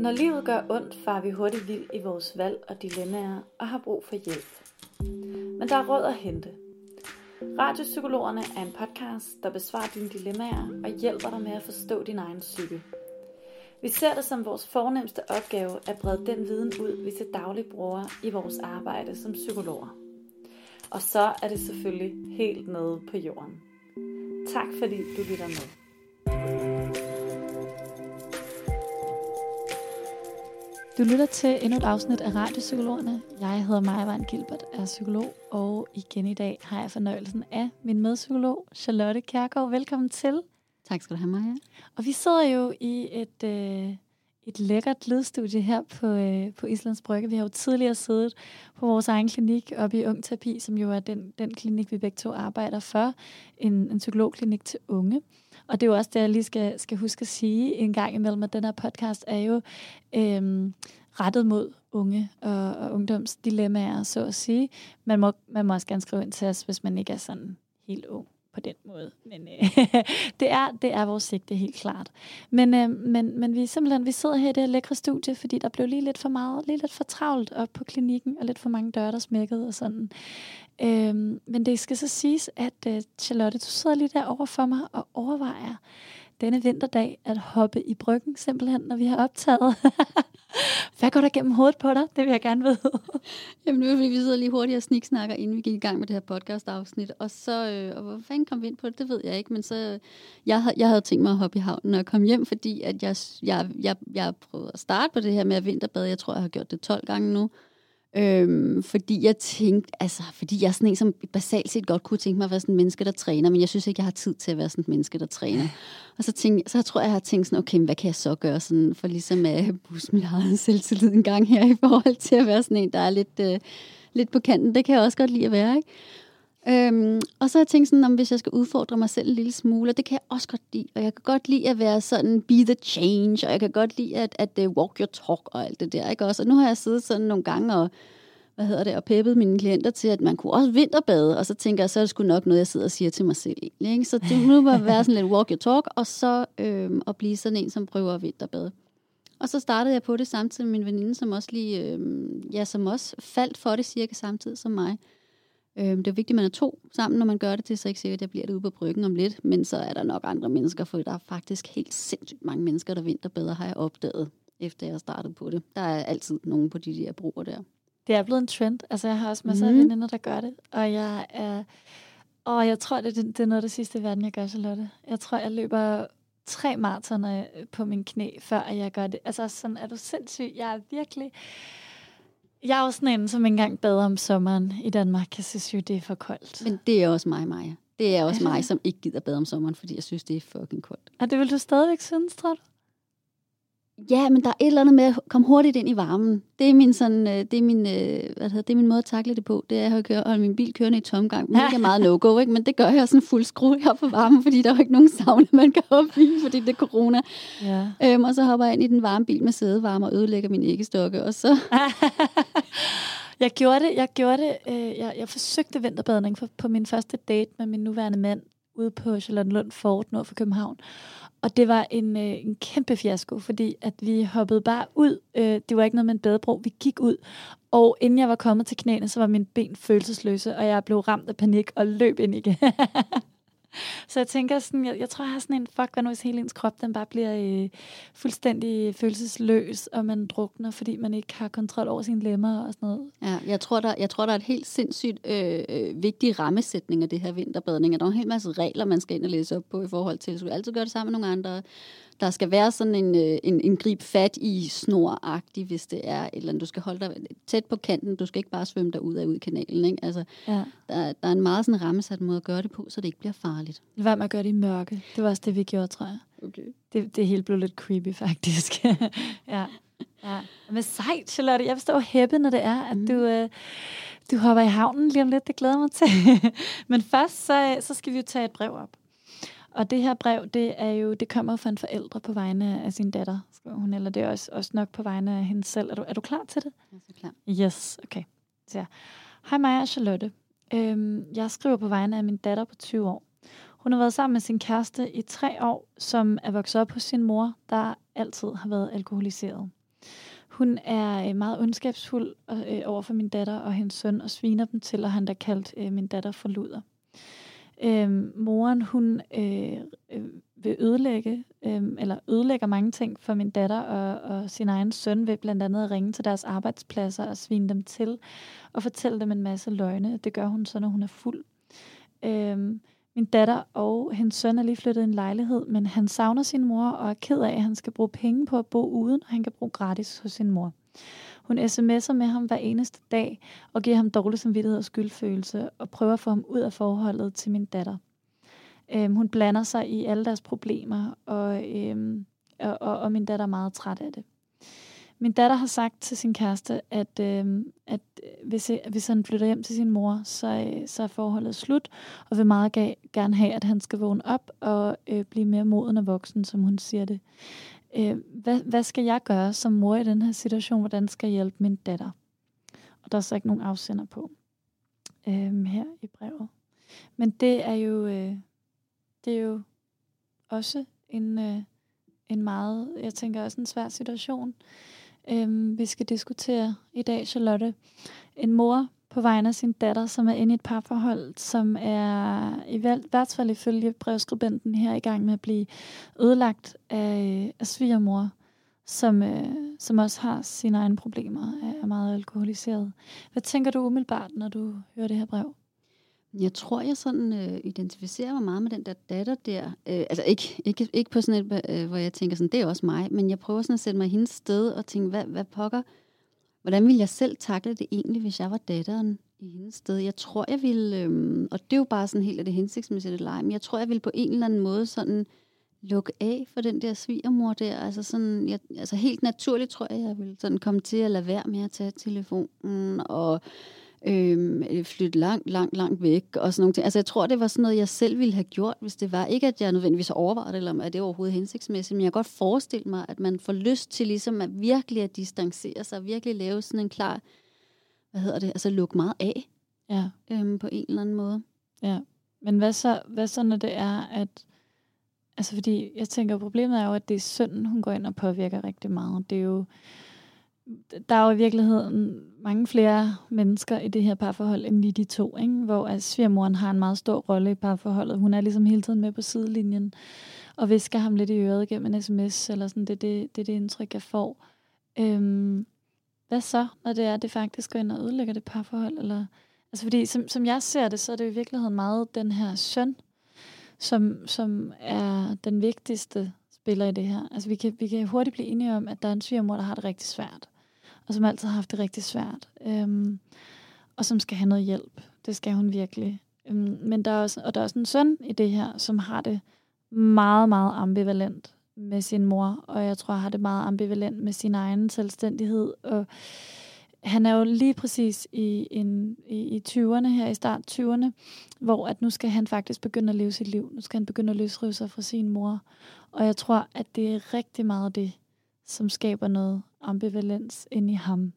Når livet gør ondt, farer vi hurtigt vild i vores valg og dilemmaer og har brug for hjælp. Men der er råd at hente. Radiopsykologerne er en podcast, der besvarer dine dilemmaer og hjælper dig med at forstå din egen psyke. Vi ser det som vores fornemste opgave at brede den viden ud, vi til daglig bruger i vores arbejde som psykologer. Og så er det selvfølgelig helt nede på jorden. Tak fordi du lytter med. Du lytter til endnu et afsnit af Radiopsykologerne. Jeg hedder Maja Vagn Gilbert, er psykolog, og igen i dag har jeg fornøjelsen af min medpsykolog, Charlotte Kjærgaard. Velkommen til. Tak skal du have, Maja. Og vi sidder jo i et lækkert lydstudie her på Islands Brygge. Vi har jo tidligere siddet på vores egen klinik oppe i Ung Terapi, som jo er den klinik, vi begge to arbejder for. En psykologklinik til unge. Og det er jo også det, jeg lige skal huske at sige en gang imellem, at den her podcast er jo rettet mod unge og ungdomsdilemmaer, så at sige. Man må også gerne skrive ind til os, hvis man ikke er sådan helt ung på den måde. Men det er vores sigte, helt klart. Men vi sidder her i det her lækre studie, fordi der blev lige lidt for travlt op på klinikken, og lidt for mange døre, der smækkede og sådan. Men det skal så siges, at Charlotte, du sidder lige der over for mig og overvejer denne vinterdag at hoppe i bryggen, simpelthen, når vi har optaget. Hvad går der gennem hovedet på dig? Det vil jeg gerne vide. Jamen, det er fordi, vi sidder lige hurtigt og sniksnakker, inden vi gik i gang med det her podcast-afsnit. Og så, og hvor fanden kom vi ind på det ved jeg ikke. Men så, jeg havde tænkt mig at hoppe i havnen, når jeg kom hjem, fordi at jeg prøvede at starte på det her med at vinterbade. Jeg tror, jeg har gjort det 12 gange nu. Fordi jeg tænkte, fordi jeg er sådan en, som basalt set godt kunne tænke mig at være sådan en menneske, der træner, men jeg synes ikke, jeg har tid til at være sådan en menneske, der træner. Og så tror jeg har tænkt sådan, okay, hvad kan jeg så gøre sådan, for ligesom at booste min egen selvtillid en gang her, i forhold til at være sådan en, der er lidt på kanten. Det kan jeg også godt lide at være, ikke? Og så har jeg tænkt sådan, om hvis jeg skal udfordre mig selv en lille smule, og det kan jeg også godt lide. Og jeg kan godt lide at være sådan, be the change, og jeg kan godt lide at walk your talk og alt det der, ikke også? Og nu har jeg siddet sådan nogle gange og peppet mine klienter til, at man kunne også vinterbade, og så tænker jeg, så er det sgu nok noget, jeg sidder og siger til mig selv egentlig, ikke? Så det nu må være sådan lidt walk your talk, og så at blive sådan en, som prøver at vinterbade. Og så startede jeg på det samtidig med min veninde, som også som også faldt for det cirka samtidig som mig. Det er vigtigt, at man er 2 sammen, når man gør det. Det er så ikke sikkert, at jeg bliver det ude på bryggen om lidt. Men så er der nok andre mennesker, for der er faktisk helt sindssygt mange mennesker, der vinterbader, har jeg opdaget, efter jeg startede på det. Der er altid nogen på de der broer der. Det er blevet en trend. Altså, jeg har også masser af veninder, der gør det. Og jeg tror, det er noget af det sidste i verden, jeg gør, Charlotte. Jeg tror, jeg løber 3 maratoner på min knæ, før jeg gør det. Altså, sådan er du sindssyg. Jeg er jo sådan en, som ikke engang bader om sommeren i Danmark. Jeg synes jo, det er for koldt. Men det er også mig, Maja. Det er også mig, som ikke gider bade om sommeren, fordi jeg synes, det er fucking koldt. Og det vil du stadigvæk synes, tror du? Ja, men der er et eller andet med at komme hurtigt ind i varmen. Det er min måde at takle det på. Det er at holde min bil kørende i tomgang. Det er meget no-go, ikke? Men det gør jeg sådan fuld skrue op på varmen, fordi der er jo ikke nogen sauna, man kan hoppe i, fordi det er corona. Ja. Og så hopper jeg ind i den varme bil med sædevarme og ødelægger min æggestokke, og så... Jeg gjorde det. Jeg forsøgte vinterbadning på min første date med min nuværende mand ude på Charlottenlund Fort nord for København. Og det var en kæmpe fiasko, fordi at vi hoppede bare ud. Det var ikke noget med en badebro. Vi gik ud, og inden jeg var kommet til knæene, så var mine ben følelsesløse, og jeg blev ramt af panik og løb ind igen. Så jeg tænker sådan, jeg tror, jeg har sådan en, hvad nu hvis hele ens krop, den bare bliver fuldstændig følelsesløs, og man drukner, fordi man ikke har kontrol over sine lemmer og sådan noget. Ja, jeg tror, der er et helt sindssygt vigtig rammesætning af det her vinterbadning. Der er en hel masse regler, man skal ind og læse op på i forhold til, så du altid gør det sammen med nogle andre. Der skal være sådan en grib fat i snoragtig, hvis det er, eller du skal holde dig tæt på kanten. Du skal ikke bare svømme derud af ud i kanalen, ikke? Altså, ja. Der er en meget sådan rammesat måde at gøre det på, så det ikke bliver farligt. Hvad med at gøre det i mørke? Det var også det, vi gjorde, tror jeg. Okay. Det hele blev lidt creepy, faktisk. Ja. Men sejt, Charlotte. Jeg forstår hæppe, når det er, at du hopper i havnen lige om lidt. Det glæder mig til. Men først, så skal vi jo tage et brev op. Og det her brev, det kommer fra en forældre på vegne af sin datter, skriver hun, eller det er også nok på vegne af hende selv. Er du klar til det? Jeg er klar. Yes, okay. Så, hej Maja og Charlotte. Jeg skriver på vegne af min datter på 20 år. Hun har været sammen med sin kæreste i 3 år, som er vokset op hos sin mor, der altid har været alkoholiseret. Hun er meget ondskabsfuld over for min datter og hendes søn, og sviner dem til, og han der kaldt min datter for luder. Moren, hun vil ødelægger mange ting for min datter og sin egen søn, ved blandt andet at ringe til deres arbejdspladser og svine dem til, og fortælle dem en masse løgne. Det gør hun så, når hun er fuld. Min datter og hendes søn er lige flyttet i en lejlighed, men han savner sin mor og er ked af, at han skal bruge penge på at bo uden, og han kan bruge gratis hos sin mor. Hun sms'er med ham hver eneste dag og giver ham dårlig samvittighed og skyldfølelse og prøver at få ham ud af forholdet til min datter. Hun blander sig i alle deres problemer, og min datter er meget træt af det. Min datter har sagt til sin kæreste, at hvis han flytter hjem til sin mor, så er forholdet slut, og vil meget gerne have, at han skal vågne op og blive mere moden og voksen, som hun siger det. Hvad skal jeg gøre som mor i den her situation? Hvordan skal jeg hjælpe min datter? Og der er så ikke nogen afsender på her i brevet. Men det er jo også en meget, jeg tænker også en svær situation. Vi skal diskutere i dag, Charlotte. En mor på vegne af sin datter, som er inde i et parforhold, som er i hvert fald ifølge brevskribenten her i gang med at blive ødelagt af svigermor, som også har sine egne problemer, er meget alkoholiseret. Hvad tænker du umiddelbart, når du hører det her brev? Jeg tror, jeg sådan identificerer mig meget med den der datter der. Altså ikke på sådan et, hvor jeg tænker sådan, det er også mig, men jeg prøver sådan at sætte mig i hendes sted og tænke, hvad pokker, hvordan ville jeg selv takle det egentlig, hvis jeg var datteren i hendes sted? Jeg tror, jeg ville, og det er jo bare sådan helt af det hensigtsmæssige leg, men jeg tror, jeg ville på en eller anden måde sådan lukke af for den der svigermor der. Altså sådan, altså helt naturligt tror jeg ville sådan komme til at lade være med at tage telefonen og flytte langt væk og sådan nogle ting. Altså jeg tror, det var sådan noget, jeg selv ville have gjort, hvis det var. Ikke at jeg nødvendigvis overvejede det, eller at det er overhovedet hensigtsmæssigt, men jeg kan godt forestille mig, at man får lyst til ligesom at virkelig at distancere sig, virkelig lave sådan en klar, altså lukke meget af, ja. På en eller anden måde. Ja, men hvad så når det er, at altså fordi jeg tænker, problemet er jo, at det er synden, hun går ind og påvirker rigtig meget. Det er jo der er jo i virkeligheden mange flere mennesker i det her parforhold, end lige de to, ikke? Hvor svigermoren har en meget stor rolle i parforholdet. Hun er ligesom hele tiden med på sidelinjen, og visker ham lidt i øret gennem en sms, eller sådan, det er det indtryk, jeg får. Hvad så, når det faktisk går ind og ødelægger det parforhold? Eller? Altså fordi, som jeg ser det, så er det i virkeligheden meget den her søn, som er den vigtigste spiller i det her. Altså vi kan hurtigt blive enige om, at der er en svigermor, der har det rigtig svært, og som altid har haft det rigtig svært, og som skal have noget hjælp. Det skal hun virkelig. Men der er også en søn i det her, som har det meget, meget ambivalent med sin mor, og jeg tror, har det meget ambivalent med sin egen selvstændighed, og han er jo lige præcis i 20'erne, her i start 20'erne, hvor at nu skal han faktisk begynde at leve sit liv. Nu skal han begynde at løsrive sig fra sin mor. Og jeg tror, at det er rigtig meget det, som skaber noget ambivalens inde i ham.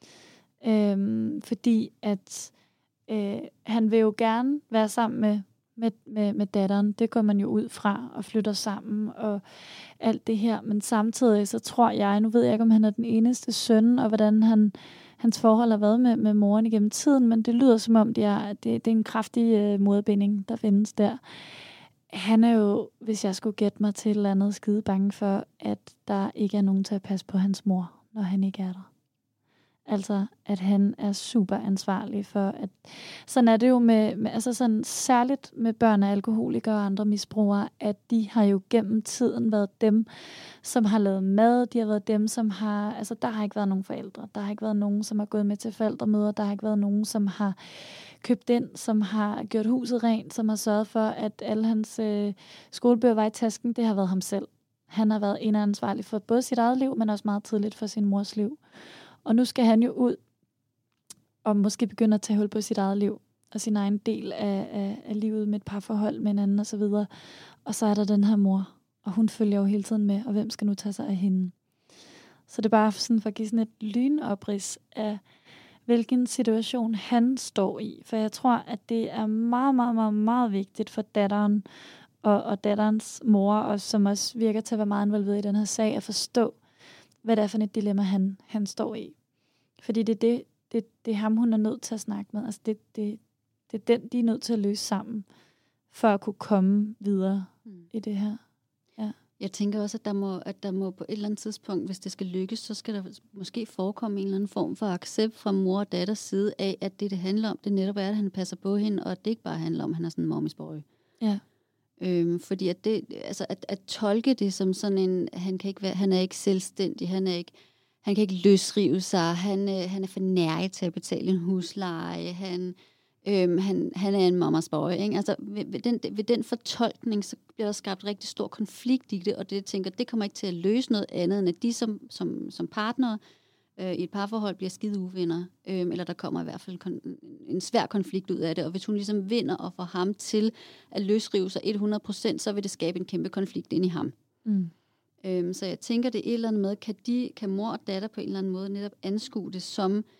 Fordi at han vil jo gerne være sammen med datteren. Det går man jo ud fra og flytter sammen og alt det her. Men samtidig så tror jeg, nu ved jeg ikke, om han er den eneste søn, og hvordan hans forhold har været med moren igennem tiden, men det lyder som om, det er en kraftig modbinding, der findes der. Han er jo, hvis jeg skulle gætte mig til et eller andet, skide bange for, at der ikke er nogen til at passe på hans mor, når han ikke er der. Altså, at han er super ansvarlig for, at sådan er det jo med altså sådan, særligt med børn af alkoholikere og andre misbrugere, at de har jo gennem tiden været dem, som har lavet mad, de har været dem, som har, altså der har ikke været nogen forældre, der har ikke været nogen, som har gået med til forældremøder, der har ikke været nogen, som har købt ind, som har gjort huset rent, som har sørget for, at alle hans skolebøger var i tasken, det har været ham selv. Han har været en af ansvarlig for både sit eget liv, men også meget tidligt for sin mors liv. Og nu skal han jo ud og måske begynde at tage hul på sit eget liv og sin egen del af livet med et parforhold med hinanden og så videre. Og så er der den her mor, og hun følger jo hele tiden med, og hvem skal nu tage sig af hende? Så det er bare sådan for at give sådan et lynoprids af, hvilken situation han står i. For jeg tror, at det er meget, meget, meget, meget vigtigt for datteren og datterens mor, og som også virker til at være meget involveret i den her sag, at forstå, hvad det er for et dilemma, han står i. Fordi det er ham, hun er nødt til at snakke med. Altså det er den, de er nødt til at løse sammen, for at kunne komme videre i det her. Ja. Jeg tænker også, at der må på et eller andet tidspunkt, hvis det skal lykkes, så skal der måske forekomme en eller anden form for accept fra mor og datters side af, at det handler om, det netop er, at han passer på hende, og at det ikke bare handler om, at han er sådan en mommy's boy. Ja. Fordi at tolke det som sådan en, han er ikke selvstændig, han kan ikke løsrive sig, han er for nær til at betale en husleje, han er en mammas boy, ikke? Altså ved den fortolkning, så bliver der skabt rigtig stor konflikt i det, og det tænker, det kommer ikke til at løse noget andet, end at de som partnere i et parforhold bliver skide uvenner, eller der kommer i hvert fald en svær konflikt ud af det, og hvis hun ligesom vinder og får ham til at løsrive sig 100%, så vil det skabe en kæmpe konflikt ind i ham. Så jeg tænker, det er et eller andet med, kan mor og datter på en eller anden måde netop anskue det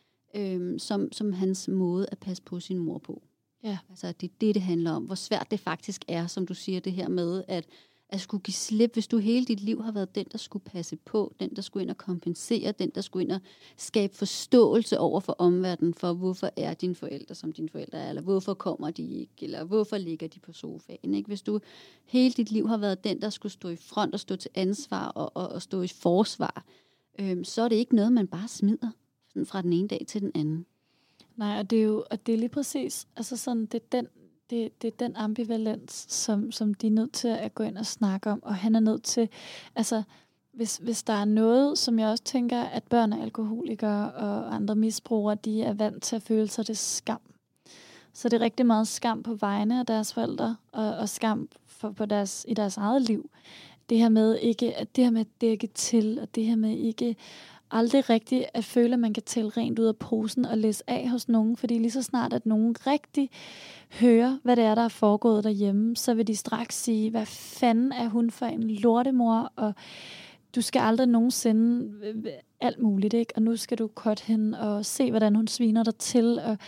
som hans måde at passe på sin mor på. Ja. Altså det handler om, hvor svært det faktisk er, som du siger, det her med, at skulle give slip, hvis du hele dit liv har været den, der skulle passe på, den, der skulle ind og kompensere, den, der skulle ind og skabe forståelse over for omverdenen, for hvorfor er dine forældre, som dine forældre er, eller hvorfor kommer de ikke, eller hvorfor ligger de på sofaen, ikke? Hvis du hele dit liv har været den, der skulle stå i front og stå til ansvar og stå i forsvar, så er det ikke noget, man bare smider sådan fra den ene dag til den anden. Nej, og det er lige præcis, altså sådan, det er den ambivalens, som de er nødt til at gå ind og snakke om, og han er nødt til, altså, hvis der er noget, som jeg også tænker, at børn af alkoholikere og andre misbrugere, de er vant til at føle sig det skam. Så det er rigtig meget skam på vegne af deres forældre, og skam i deres eget liv. Det her med at dække til, og det her med ikke aldrig rigtigt at føle, at man kan tælle rent ud af posen og læse af hos nogen, fordi lige så snart, at nogen rigtig hører, hvad det er, der er foregået derhjemme, så vil de straks sige, hvad fanden er hun for en lortemor, og du skal aldrig nogensinde alt muligt, ikke? Og nu skal du cutte hende og se, hvordan hun sviner dig til. Og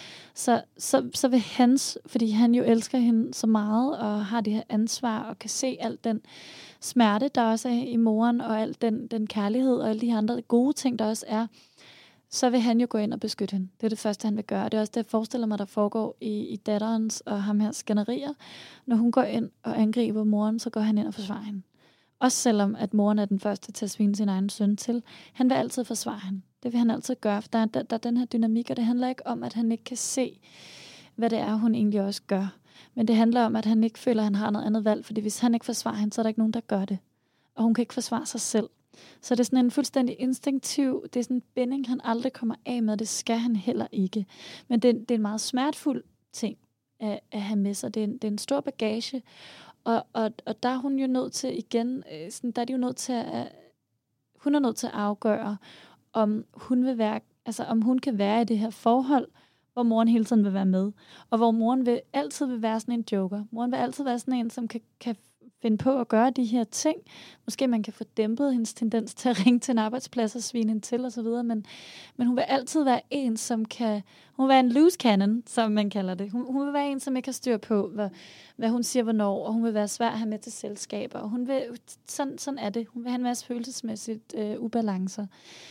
så vil fordi han jo elsker hende så meget, og har det her ansvar, og kan se alt den smerte, der også er i moren, og alt den kærlighed, og alle de andre gode ting, der også er, så vil han jo gå ind og beskytte hende. Det er det første, han vil gøre. Det er også det, jeg forestiller mig, der foregår i datterens og ham her skænderier. Når hun går ind og angriber moren, så går han ind og forsvarer hende. Også selvom, at moren er den første til at svine sin egen søn til. Han vil altid forsvare hende. Det vil han altid gøre, for der er den her dynamik, og det handler ikke om, at han ikke kan se, hvad det er, hun egentlig også gør. Men det handler om, at han ikke føler, at han har noget andet valg, fordi hvis han ikke forsvarer hende, så er der ikke nogen, der gør det. Og hun kan ikke forsvare sig selv. Så det er sådan en fuldstændig instinktiv, det er sådan en binding, han aldrig kommer af med, det skal han heller ikke. Men det er en meget smertefuld ting at have med sig. Det er en stor bagage, og der er hun jo nødt til igen, sådan, der er de jo nødt til hun er nødt til at afgøre, om hun vil være, altså om hun kan være i det her forhold, hvor moren hele tiden vil være med, og hvor moren altid vil være sådan en joker. Moren vil altid være sådan en, som kan finde på at gøre de her ting. Måske man kan få dæmpet hendes tendens til at ringe til en arbejdsplads og svine hende til osv., men hun vil altid være en, som hun vil være en loose cannon, som man kalder det. Hun vil være en, som ikke har styr på, hvad hun siger hvornår, og hun vil være svær at have med til selskaber. Og hun vil, sådan er det. Hun vil have en masse følelsesmæssigt ubalancer.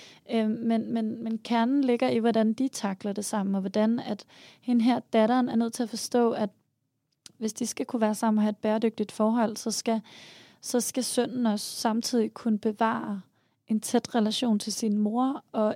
Men kernen ligger i, hvordan de takler det sammen, og hvordan at hende her, datteren, er nødt til at forstå, at hvis de skal kunne være sammen og have et bæredygtigt forhold, så skal sønnen også samtidig kunne bevare en tæt relation til sin mor, og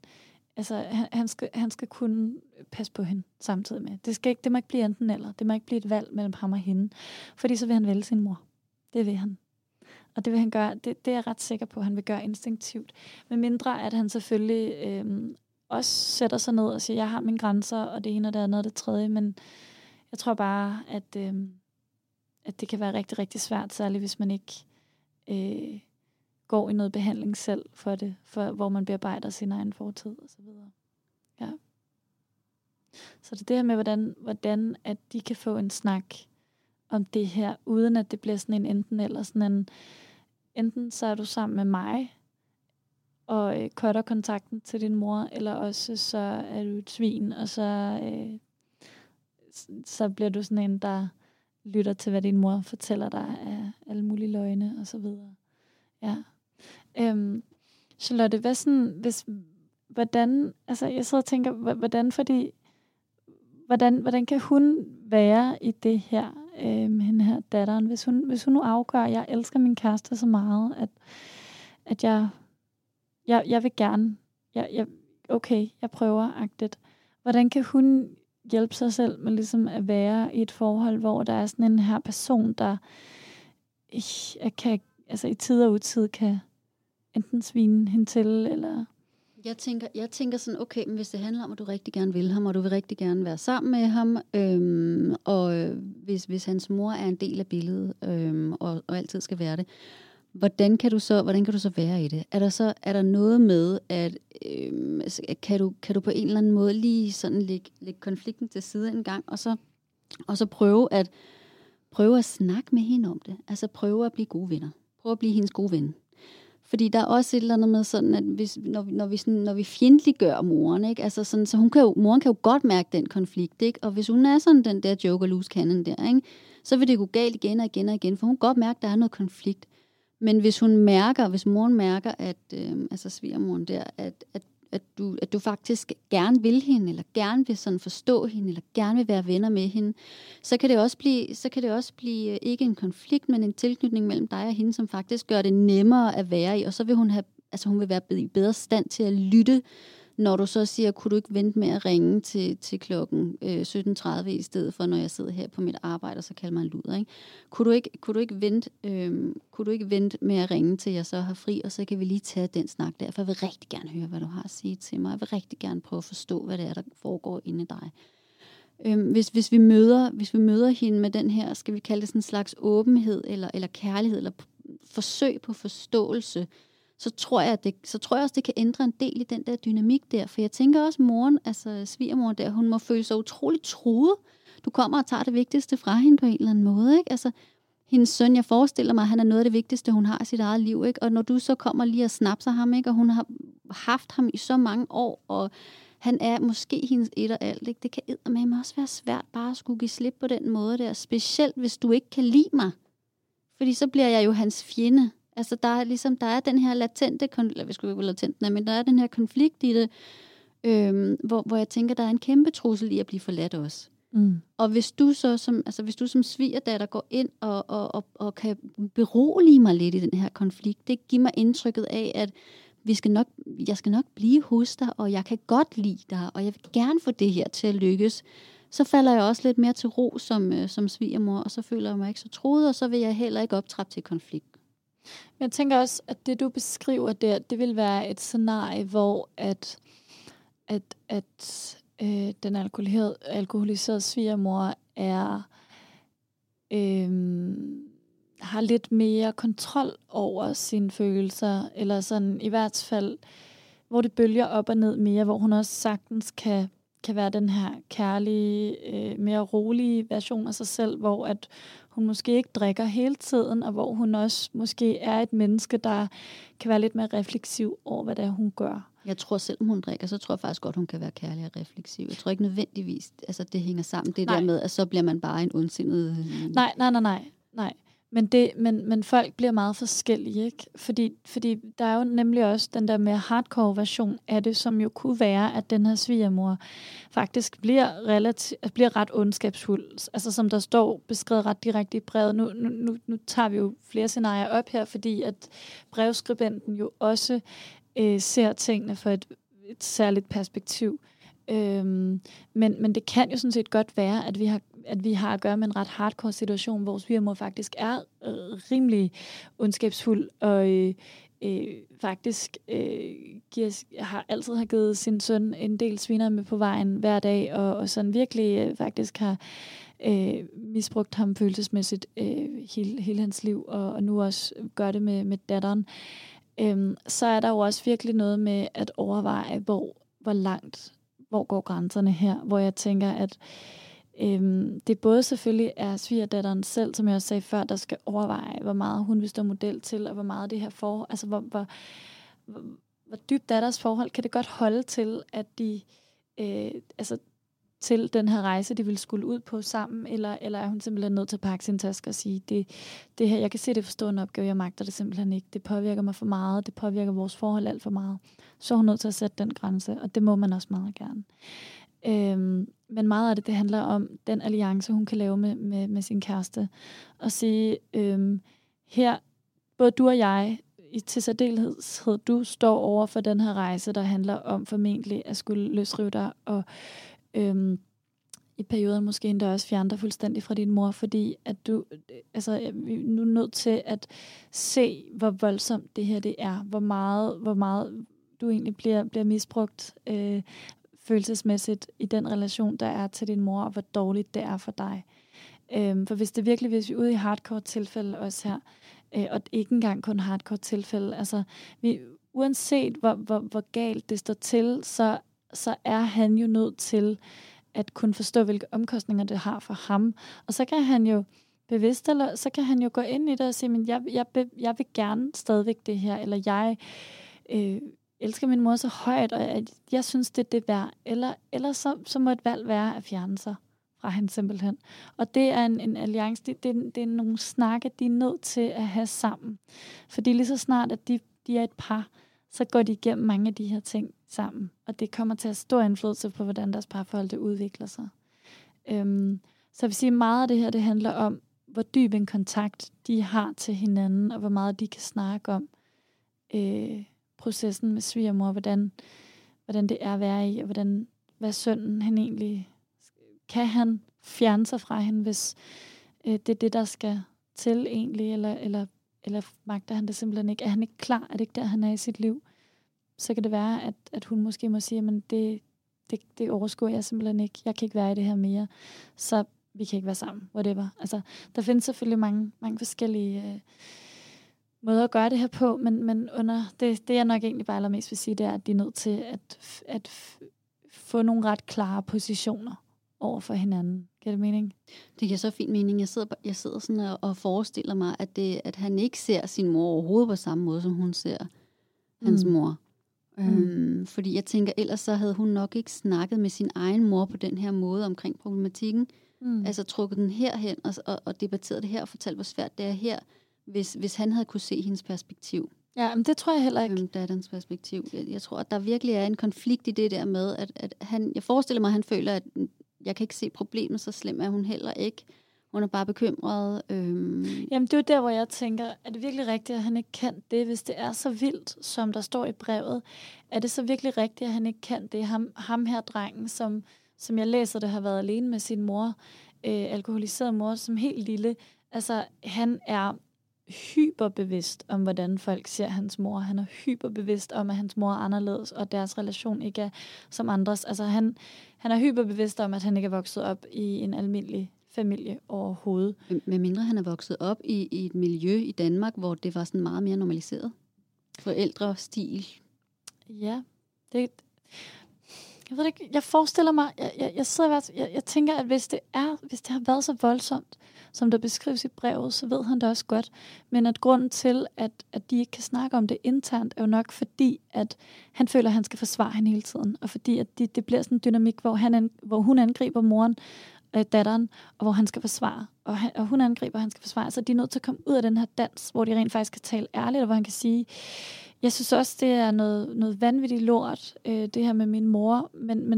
han skal kunne passe på hende samtidig med. Det må ikke blive enten eller. Det må ikke blive et valg mellem ham og hende, fordi så vil han vælge sin mor. Det vil han. Og det vil han gøre, det er jeg ret sikker på, at han vil gøre instinktivt. Med mindre, at han selvfølgelig også sætter sig ned og siger, jeg har mine grænser, og det ene og det andet og det tredje, men jeg tror bare, at det kan være rigtig, rigtig svært, særligt hvis man ikke går i noget behandling selv for det, hvor man bearbejder sin egen fortid og så videre. Ja. Så det er det her med, hvordan at de kan få en snak om det her, uden at det bliver sådan en enten eller sådan en, enten så er du sammen med mig, og cutter kontakten til din mor, eller også så er du et svin, og så bliver du sådan en, der lytter til, hvad din mor fortæller dig af alle mulige løgne, og så videre. Ja. Charlotte, hvad sådan, hvordan, altså jeg sidder og tænker, hvordan kan hun være i det her, hende her datteren, hvis hun nu afgør, at jeg elsker min kæreste så meget, at jeg vil gerne, jeg prøver-agtigt. Hvordan kan hun hjælpe sig selv med ligesom at være i et forhold, hvor der er sådan en her person, der kan, altså i tid og utid kan enten svine hende til, eller... Jeg tænker sådan, okay, men hvis det handler om, at du rigtig gerne vil ham, og du vil rigtig gerne være sammen med ham, og hvis hans mor er en del af billedet, og altid skal være det, hvordan kan du så være i det? Er der noget med, at kan du på en eller anden måde lige sådan lægge konflikten til side en gang, og så prøve at snakke med hende om det? Altså prøve at blive gode venner. Prøve at blive hendes gode ven. Fordi der er også et eller andet med sådan, at når vi fjendtliggør moren, ikke? Altså sådan, så moren kan jo godt mærke den konflikt, ikke? Og hvis hun er sådan den der joker loose cannon der, ikke? Så vil det gå galt igen og igen og igen, for hun kan godt mærke, at der er noget konflikt. Men hvis moren mærker, at altså svigermoren der, at du faktisk gerne vil hende, eller gerne vil sådan forstå hende, eller gerne vil være venner med hende, så kan det også blive ikke en konflikt, men en tilknytning mellem dig og hende, som faktisk gør det nemmere at være i, og så vil hun vil være i bedre stand til at lytte, når du så siger, kunne du ikke vente med at ringe til klokken 17.30 i stedet for, når jeg sidder her på mit arbejde, og så kalder mig en luder, ikke? Kunne du ikke vente med at ringe til jeg så har fri, og så kan vi lige tage den snak der, for jeg vil rigtig gerne høre, hvad du har at sige til mig. Jeg vil rigtig gerne prøve at forstå, hvad det er, der foregår inde i dig. Hvis vi møder hende med den her, skal vi kalde det sådan en slags åbenhed, eller kærlighed, eller forsøg på forståelse, så tror jeg også, det kan ændre en del i den der dynamik der. For jeg tænker også, moren, altså svigermoren der, hun må føle sig utroligt truet. Du kommer og tager det vigtigste fra hende på en eller anden måde, ikke? Altså, hendes søn, jeg forestiller mig, han er noget af det vigtigste, hun har i sit eget liv, ikke? Og når du så kommer lige og snapser ham, ikke? Og hun har haft ham i så mange år, og han er måske hendes et og alt, ikke? Det kan eddermame også være svært bare at skulle give slip på den måde der. Specielt, hvis du ikke kan lide mig. Fordi så bliver jeg jo hans fjende. Altså, der er den her latente, men der er den her konflikt i det, hvor jeg tænker, der er en kæmpe trussel i at blive forladt også. Mm. Og hvis du som svigerdatter går ind og kan berolige mig lidt i den her konflikt, det giver mig indtrykket af, at jeg skal nok blive hos dig, og jeg kan godt lide dig, og jeg vil gerne få det her til at lykkes, så falder jeg også lidt mere til ro som svigermor, og så føler jeg mig ikke så truet, og så vil jeg heller ikke optrappe til konflikt. Men jeg tænker også, at det du beskriver der, det vil være et scenarie, hvor den alkoholiserede svigermor har lidt mere kontrol over sine følelser, eller sådan i hvert fald, hvor det bølger op og ned mere, hvor hun også sagtens kan være den her kærlige, mere rolige version af sig selv, hvor at hun måske ikke drikker hele tiden, og hvor hun også måske er et menneske, der kan være lidt mere refleksiv over, hvad det er, hun gør. Jeg tror, selvom hun drikker, så tror jeg faktisk godt, hun kan være kærlig og refleksiv. Jeg tror ikke nødvendigvis, altså det hænger sammen. Det der med, at så bliver man bare en ondsindet... Nej. Men folk bliver meget forskellige, ikke? Fordi der er jo nemlig også den der mere hardcore version af det, som jo kunne være, at den her svigermor faktisk bliver ret ondskabsfuld. Altså som der står beskrevet ret direkte i brevet. Nu tager vi jo flere scenarier op her, fordi at brevskribenten jo også ser tingene fra et særligt perspektiv. Men det kan jo sådan set godt være, at vi har at gøre med en ret hardcore situation, hvor svigermor faktisk er rimelig ondskabsfuld, og faktisk altid har givet sin søn en del sviner med på vejen hver dag, og sådan virkelig faktisk har misbrugt ham følelsesmæssigt hele hans liv, og nu også gør det med datteren. Så er der jo også virkelig noget med at overveje, hvor går grænserne her, hvor jeg tænker, at det både selvfølgelig er svigerdatteren selv, som jeg også sagde før, der skal overveje, hvor meget hun vil stå model til, og hvor meget det her forhold, altså hvor dybt datters forhold kan det godt holde til, at de til den her rejse, de ville skulle ud på sammen, eller er hun simpelthen nødt til at pakke sin taske og sige, det her, jeg kan se, det er for stor en opgave, jeg magter det simpelthen ikke, det påvirker mig for meget, det påvirker vores forhold alt for meget, så er hun nødt til at sætte den grænse, og det må man også meget gerne. Men meget af det handler om den alliance, hun kan lave med sin kæreste, og sige, her, både du og jeg, til særdeleshed, du står over for den her rejse, der handler om formentlig at skulle løsrive dig, og i perioden måske endda også fjerne dig fuldstændig fra din mor, fordi at du, altså, nu er nødt til at se, hvor voldsomt det her det er, hvor meget du egentlig bliver misbrugt følelsesmæssigt i den relation, der er til din mor, og hvor dårligt det er for dig. For hvis vi er ude i hardcore tilfælde også her, og ikke engang kun hardcore tilfælde, altså uanset hvor galt det står til, så er han jo nødt til at kunne forstå, hvilke omkostninger det har for ham. Og så kan han jo bevidst, eller så kan han jo gå ind i det og sige, men jeg vil gerne stadigvæk det her, eller jeg elsker min mor så højt, og jeg synes, det er det værd. Eller så må et valg være at fjerne sig fra hende simpelthen. Og det er en alliance, det er nogle snakke, de er nødt til at have sammen. Fordi lige så snart, at de er et par, så går de igennem mange af de her ting sammen. Og det kommer til at have stor indflydelse på, hvordan deres parforhold det udvikler sig. Så jeg vil sige, meget af det her, det handler om, hvor dyb en kontakt de har til hinanden, og hvor meget de kan snakke om processen med svigermor, hvordan det er at være i, og hvad sønnen han egentlig... Kan han fjerne sig fra hende, hvis det er det, der skal til egentlig, eller magter han det simpelthen ikke? Er han ikke klar? Er det ikke der, han er i sit liv? Så kan det være, at hun måske må sige, men det overskuer jeg simpelthen ikke. Jeg kan ikke være i det her mere. Så vi kan ikke være sammen. Whatever. Altså, der findes selvfølgelig mange forskellige måder at gøre det her på, men under det jeg nok egentlig bare allermest vil sige, det er, at de er nødt til at få nogle ret klare positioner over for hinanden. Giver det mening? Det giver så fin mening. Jeg sidder sådan og forestiller mig, at han ikke ser sin mor overhovedet på samme måde, som hun ser hans mor. Fordi jeg tænker, ellers så havde hun nok ikke snakket med sin egen mor på den her måde omkring problematikken. Altså trukket den herhen og debatteret det her og fortalt, hvor svært det er her, hvis han havde kunne se hendes perspektiv. Ja, men det tror jeg heller ikke. Datterens perspektiv. Jeg tror, at der virkelig er en konflikt i det der med, at han, jeg forestiller mig, at han føler, at jeg kan ikke se problemet, så slem er hun heller ikke. Hun er bare bekymret. Jamen, det er jo der, hvor jeg tænker, er det virkelig rigtigt, at han ikke kan det, hvis det er så vildt, som der står i brevet? Er det så virkelig rigtigt, at han ikke kan det? Ham her drengen, som jeg læser, det har været alene med sin mor, alkoholiseret mor, som helt lille. Altså, han er hyperbevidst om, hvordan folk ser hans mor. Han er hyperbevidst om, at hans mor er anderledes, og deres relation ikke er som andres. Altså, han er hyperbevidst om, at han ikke er vokset op i en almindelig familie overhovedet. Med mindre han er vokset op i et miljø i Danmark, hvor det var sådan meget mere normaliseret. Forældrestil. Ja, jeg ved ikke, jeg forestiller mig, jeg tænker, at hvis det har været så voldsomt, som der beskrives i brevet, så ved han det også godt. Men at grunden til, at de ikke kan snakke om det internt, er jo nok fordi, at han føler, at han skal forsvare hende hele tiden. Og fordi, at det bliver sådan en dynamik, hvor hun angriber moren, datteren, og hvor han skal forsvare. Og hun angriber, og han skal forsvare. Så de er nødt til at komme ud af den her dans, hvor de rent faktisk kan tale ærligt, og hvor han kan sige, jeg synes også, det er noget vanvittigt lort, det her med min mor,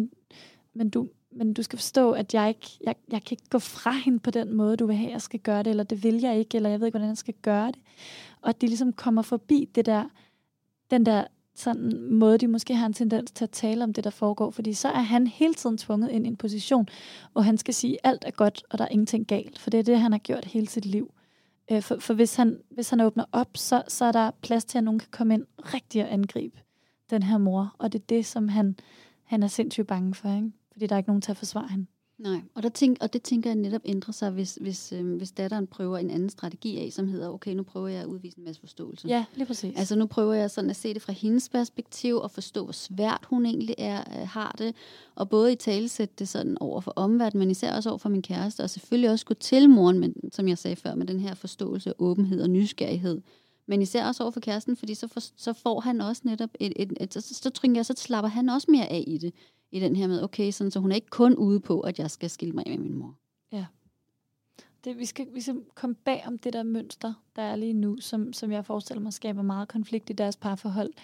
men du skal forstå, at jeg kan ikke gå fra hende på den måde, du vil have, jeg skal gøre det, eller det vil jeg ikke, eller jeg ved ikke, hvordan jeg skal gøre det. Og at de ligesom kommer forbi den der sådan måde, de måske har en tendens til at tale om det, der foregår, fordi så er han hele tiden tvunget ind i en position, hvor han skal sige, alt er godt, og der er ingenting galt, for det er det, han har gjort hele sit liv. For hvis han åbner op, så er der plads til, at nogen kan komme ind rigtig og angribe den her mor, og det er det, som han er sindssygt bange for, ikke? Fordi der er ikke nogen til at forsvare hende. Nej, og det tænker jeg netop ændrer sig, hvis datteren prøver en anden strategi af, som hedder, okay, nu prøver jeg at udvise en masse forståelse. Ja, lige præcis. Altså nu prøver jeg sådan at se det fra hendes perspektiv, og forstå, hvor svært hun egentlig har det, og både i talesætte det sådan over for omverdenen, men især også over for min kæreste, og selvfølgelig også gå til moren, men, som jeg sagde før, med den her forståelse, åbenhed og nysgerrighed. Men især også over for kæresten, fordi så får han også netop så slapper han også mere af i det, i den her med, okay, sådan, så hun er ikke kun ude på, at jeg skal skille mig af med min mor. Ja. Vi skal komme bag om det der mønster, der er lige nu, som jeg forestiller mig skaber meget konflikt i deres parforhold.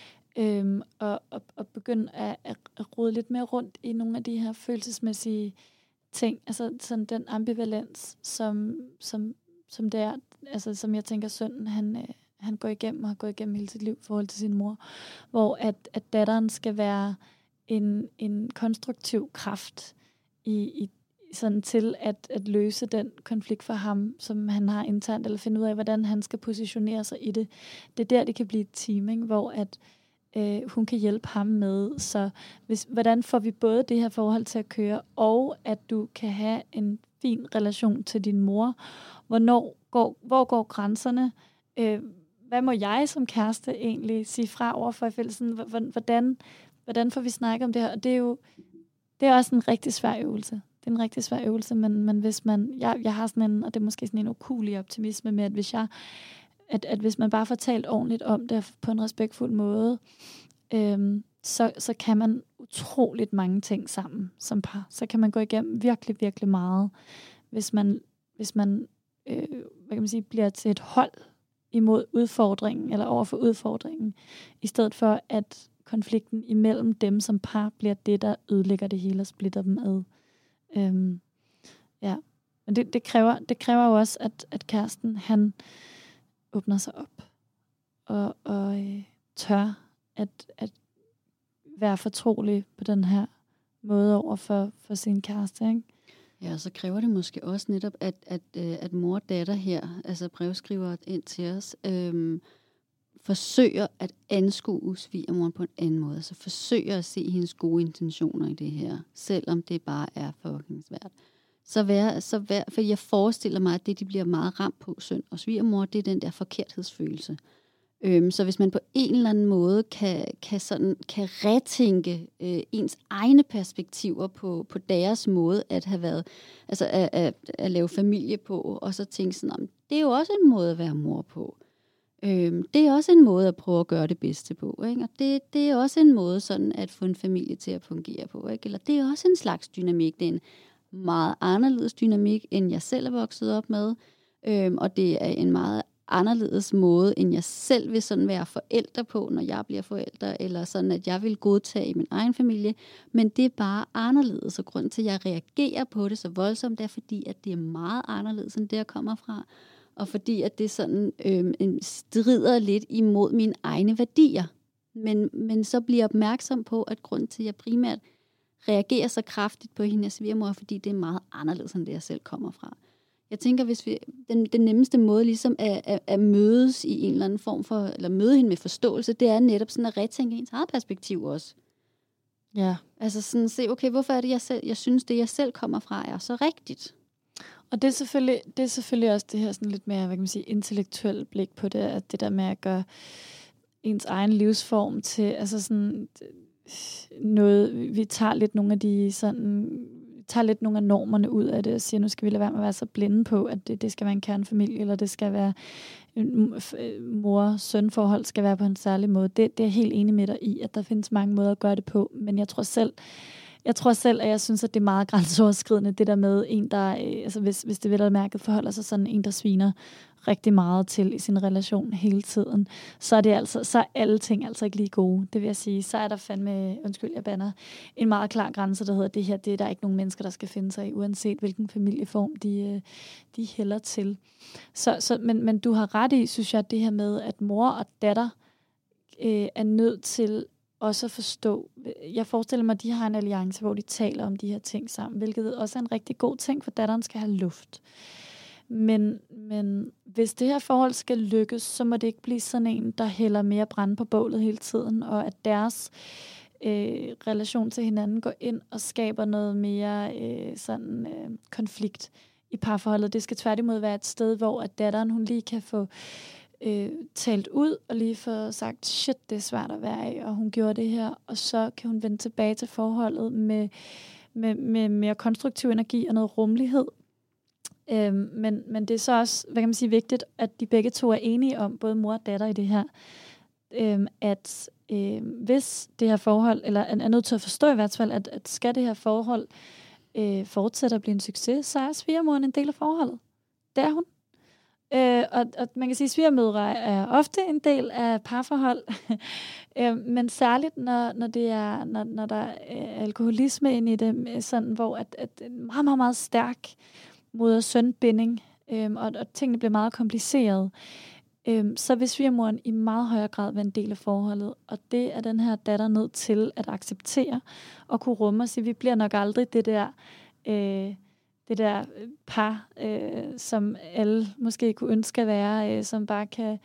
Og begynde at rode lidt mere rundt i nogle af de her følelsesmæssige ting. Altså sådan den ambivalens, som det er, altså som jeg tænker, sønnen han går igennem og har gået igennem hele sit liv i forhold til sin mor. Hvor at datteren skal være en konstruktiv kraft i sådan til at løse den konflikt for ham, som han har internt, eller finde ud af, hvordan han skal positionere sig i det. Det er der, det kan blive et team, ikke? Hvor at hun kan hjælpe ham med. Så hvordan får vi både det her forhold til at køre, og at du kan have en fin relation til din mor? Hvor går grænserne? Hvad må jeg som kæreste egentlig sige fra overfor i fællesen? Hvordan får vi snakket om det her? Og det er også en rigtig svær øvelse. Det er en rigtig svær øvelse, men hvis man... Jeg har sådan en, og det er måske sådan en ukulig optimisme med, at hvis man bare får talt ordentligt om det på en respektfuld måde, så kan man utroligt mange ting sammen som par. Så kan man gå igennem virkelig, virkelig meget, hvis man hvad kan man sige, bliver til et hold imod udfordringen, eller overfor udfordringen, i stedet for at konflikten imellem dem som par bliver det, der ødelægger det hele og splitter dem ad. Ja. Men det kræver jo også, at kæresten, han åbner sig op og tør at være fortrolig på den her måde over for sin kæreste, ikke? Ja, så kræver det måske også netop, at mor og datter her, altså brevskriver ind til os, forsøger at anskue svigermoren på en anden måde. Altså forsøger at se hendes gode intentioner i det her, selvom det bare er fucking svært. For jeg forestiller mig, at det, de bliver meget ramt på, søn og svigermor, det er den der forkerthedsfølelse. Så hvis man på en eller anden måde kan retænke ens egne perspektiver på deres måde at have været, altså at lave familie på, og så tænke sådan, det er jo også en måde at være mor på. Det er også en måde at prøve at gøre det bedste på, ikke? Og det er også en måde sådan at få en familie til at fungere på, ikke? Eller det er også en slags dynamik. Det er en meget anderledes dynamik, end jeg selv er vokset op med, og det er en meget anderledes måde, end jeg selv vil sådan være forælder på, når jeg bliver forælder, eller sådan, at jeg vil godtage i min egen familie, men det er bare anderledes, og grunden til, at jeg reagerer på det så voldsomt, det er fordi, at det er meget anderledes, end det, jeg kommer fra, og fordi, at det sådan strider lidt imod mine egne værdier. Men så bliver jeg opmærksom på, at grunden til, at jeg primært reagerer så kraftigt på hendes svigermor, fordi det er meget anderledes, end det, jeg selv kommer fra. Jeg tænker, hvis vi den nemmeste måde ligesom at mødes i en eller anden form for, eller møde hende med forståelse, det er netop sådan at retænke ens eget perspektiv også. Ja. Altså sådan at se, okay, hvorfor er det, jeg synes, det jeg selv kommer fra, er så rigtigt? Og det er selvfølgelig også det her sådan lidt mere, hvad kan man sige, intellektuelt blik på det, at det der med at gøre ens egen livsform til, altså sådan noget, vi tager lidt nogle af de sådan, tager lidt nogle af normerne ud af det, og siger, nu skal vi lade være med at være så blinde på, at det skal være en kernefamilie, eller det skal være mor-søn-forhold skal være på en særlig måde. Det er jeg helt enig med dig i, at der findes mange måder at gøre det på, men jeg tror selv, at jeg synes, at det er meget grænseoverskridende, det der med en, der, altså hvis det vel er mærket, forholder sig sådan en, der sviner rigtig meget til i sin relation hele tiden, så er alle ting altså ikke lige gode, det vil jeg sige. Så er der fandme, undskyld, jeg bander, en meget klar grænse, der hedder, det her, det er der ikke nogen mennesker, der skal finde sig i, uanset hvilken familieform de hælder til. Men du har ret i, synes jeg, det her med, at mor og datter er nødt til også at forstå. Jeg forestiller mig, at de har en alliance, hvor de taler om de her ting sammen, hvilket også er en rigtig god ting, for datteren skal have luft. Men hvis det her forhold skal lykkes, så må det ikke blive sådan en, der hælder mere brænde på bålet hele tiden, og at deres relation til hinanden går ind og skaber noget mere konflikt i parforholdet. Det skal tværtimod være et sted, hvor at datteren, hun lige kan få talt ud og lige få sagt, shit, det er svært at være i, og hun gjorde det her, og så kan hun vende tilbage til forholdet med mere konstruktiv energi og noget rummelighed. Men det er så også, hvad kan man sige, vigtigt, at de begge to er enige om, både mor og datter i det her, hvis det her forhold, eller er nødt til at forstå i hvert fald, at skal det her forhold fortsætte at blive en succes, så er svigermoren en del af forholdet. Det er hun. Og man kan sige, at svigermødre er ofte en del af parforhold, men særligt når der er alkoholisme ind i det, sådan, hvor at en meget, meget, meget stærk moder-søn-binding, og tingene bliver meget kompliceret, så vil svigermoren i meget højere grad være en del af forholdet, og det er den her datter nødt til at acceptere og kunne rumme og sige, vi bliver nok aldrig det der par, som alle måske kunne ønske at være, som bare kan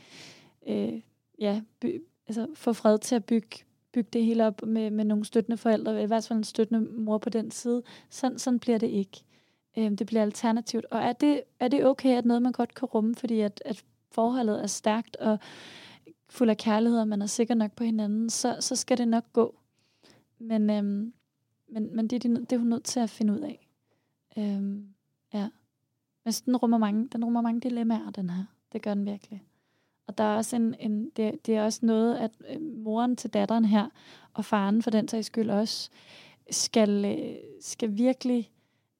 få fred til at bygge det hele op med nogle støttende forældre, i hvert fald en støttende mor på den side. Sådan bliver det ikke. Det bliver alternativt. Og er det okay, at noget man godt kan rumme, fordi at forholdet er stærkt og fuld af kærlighed, og man er sikker nok på hinanden, så skal det nok gå. Men det er hun nødt til at finde ud af. Ja. Men den rummer mange dilemmaer, den her. Det gør den virkelig. Og der er også det er også noget, at moren til datteren her, og faren for den sags skyld også, skal virkelig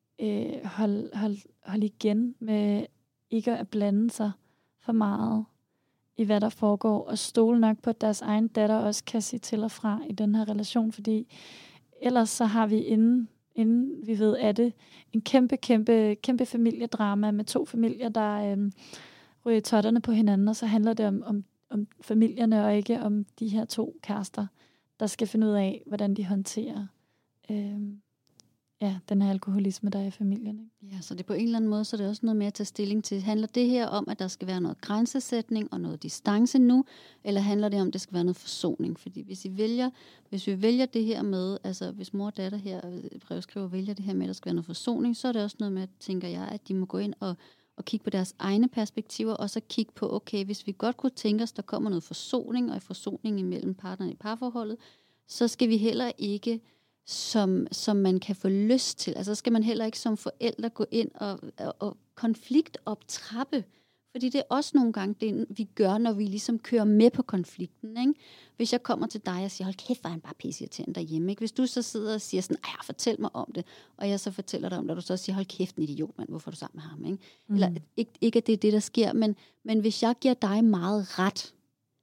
holde igen med ikke at blande sig for meget i, hvad der foregår, og stole nok på, at deres egen datter også kan sige til og fra i den her relation, fordi ellers så har vi inden vi ved af det, en kæmpe familiedrama med 2 familier, der ryger totterne på hinanden, og så handler det om familierne, og ikke om de her 2 kærester, der skal finde ud af, hvordan de håndterer den her alkoholisme, der er i familien. Ikke? Ja, så det på en eller anden måde, så er det også noget med at tage stilling til. Handler det her om, at der skal være noget grænsesætning og noget distance nu, eller handler det om, at det skal være noget forsoning? Fordi hvis vi vælger det her med, altså hvis mor og datter her, brevskriver, vælger det her med, at der skal være noget forsoning, så er det også noget med, tænker jeg, at de må gå ind og kigge på deres egne perspektiver, og så kigge på, okay, hvis vi godt kunne tænke os, der kommer noget forsoning, og forsoning imellem partnerne i parforholdet, så skal vi heller ikke som man kan få lyst til. Altså skal man heller ikke som forældre gå ind og konfliktoptrappe. Fordi det er også nogle gange det, vi gør, når vi ligesom kører med på konflikten. Ikke? Hvis jeg kommer til dig og siger, hold kæft, hvor er han bare pisseirriterende derhjemme. Ikke? Hvis du så sidder og siger sådan, fortæl mig om det, og jeg så fortæller dig om det, og du så siger, hold kæft, en idiot, mand, hvorfor er du sammen med ham? Ikke? Eller ikke at det er det, der sker, men hvis jeg giver dig meget ret,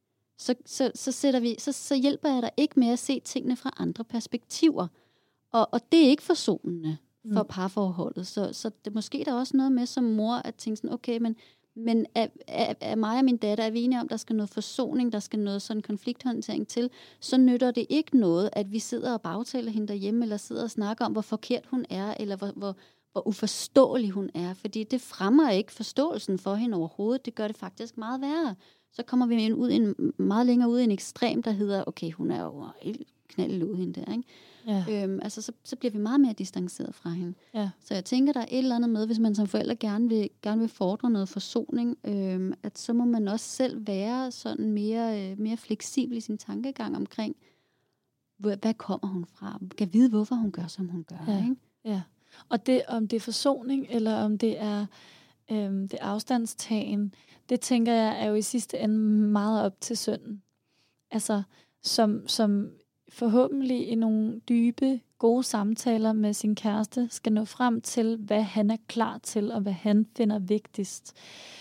så hjælper jeg dig ikke med at se tingene fra andre perspektiver. Og det er ikke forsonende for parforholdet. Så det måske der også noget med som mor at tænke sådan, okay, men er mig og min datter, er vi enige om, der skal noget forsoning, der skal noget sådan konflikthåndtering til, så nytter det ikke noget, at vi sidder og bagtaler hende derhjemme, eller sidder og snakker om, hvor forkert hun er, eller hvor uforståelig hun er. Fordi det fremmer ikke forståelsen for hende overhovedet. Det gør det faktisk meget værre. Så kommer vi meget længere ud i en ekstrem, der hedder, okay, hun er jo helt knaldet ud hende der, ikke? Ja. Så bliver vi meget mere distanceret fra hende. Ja. Så jeg tænker, der er et eller andet med, hvis man som forældre gerne vil fordre noget forsoning, at så må man også selv være sådan mere fleksibel i sin tankegang omkring, hvad kommer hun fra? Kan vide, hvorfor hun gør, som hun gør. Ja. Ikke? Ja. Og om det er forsoning, eller om det er afstandstagen, det tænker jeg er jo i sidste ende meget op til sønnen. Altså, som forhåbentlig i nogle dybe, gode samtaler med sin kæreste, skal nå frem til, hvad han er klar til, og hvad han finder vigtigst.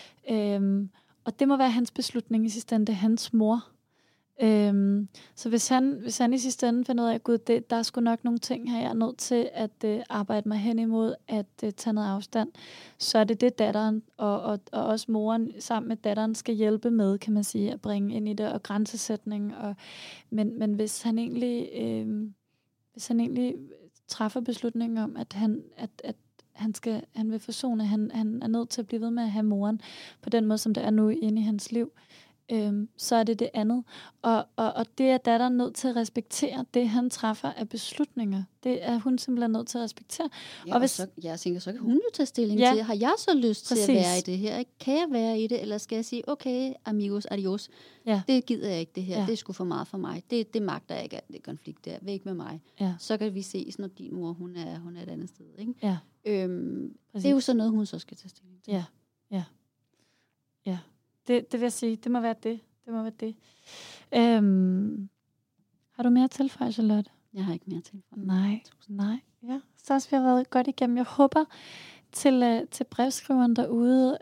Og det må være hans beslutning i sidste ende, det er hans mor. Så hvis han i sidste ende finder ud af, at der er sgu nok nogle ting her, jeg er nødt til at arbejde mig hen imod, at tage noget afstand, så er det datteren og også moren sammen med datteren skal hjælpe med, kan man sige, at bringe ind i det, og grænsesætning. Men hvis han egentlig træffer beslutningen om, at han vil forsone, han er nødt til at blive ved med at have moren på den måde, som det er nu inde i hans liv, så er det andet. Og det er datteren nødt til at respektere, det han træffer af beslutninger. Det er hun simpelthen nødt til at respektere. Ja, og så, jeg tænker, så kan hun jo tage stilling til, har jeg så lyst til at være i det her? Kan jeg være i det, eller skal jeg sige, okay, amigos, adios, det gider jeg ikke det her, det er sgu for meget for mig, det magter jeg ikke, det konflikt der, væk med mig. Ja. Så kan vi ses, når din mor, hun er et andet sted. Ikke? Ja. Det er jo så noget, hun så skal tage stilling til. Ja. Det vil jeg sige, det må være det. Har du mere at tilføje, Charlotte? Jeg har ikke mere til. Nej. Ja, så også vi har været godt igennem. Jeg håber til brevskriveren derude,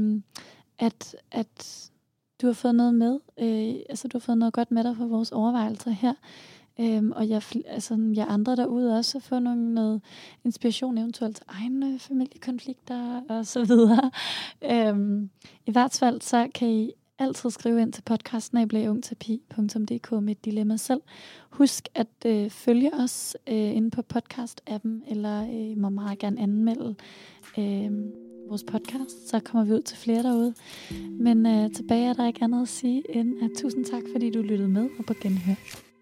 at du har fået noget med. Altså, du har fået noget godt med dig for vores overvejelser her. Og jeg andre derude også få noget inspiration eventuelt til egne familiekonflikter og så videre. I hvert fald så kan I altid skrive ind til podcast@ungterapi.dk med et dilemma selv. Husk at følge os inde på podcast-appen, eller I må meget gerne anmelde vores podcast, så kommer vi ud til flere derude. Men tilbage er der ikke andet at sige end at tusind tak, fordi du lyttede med, og på genhør.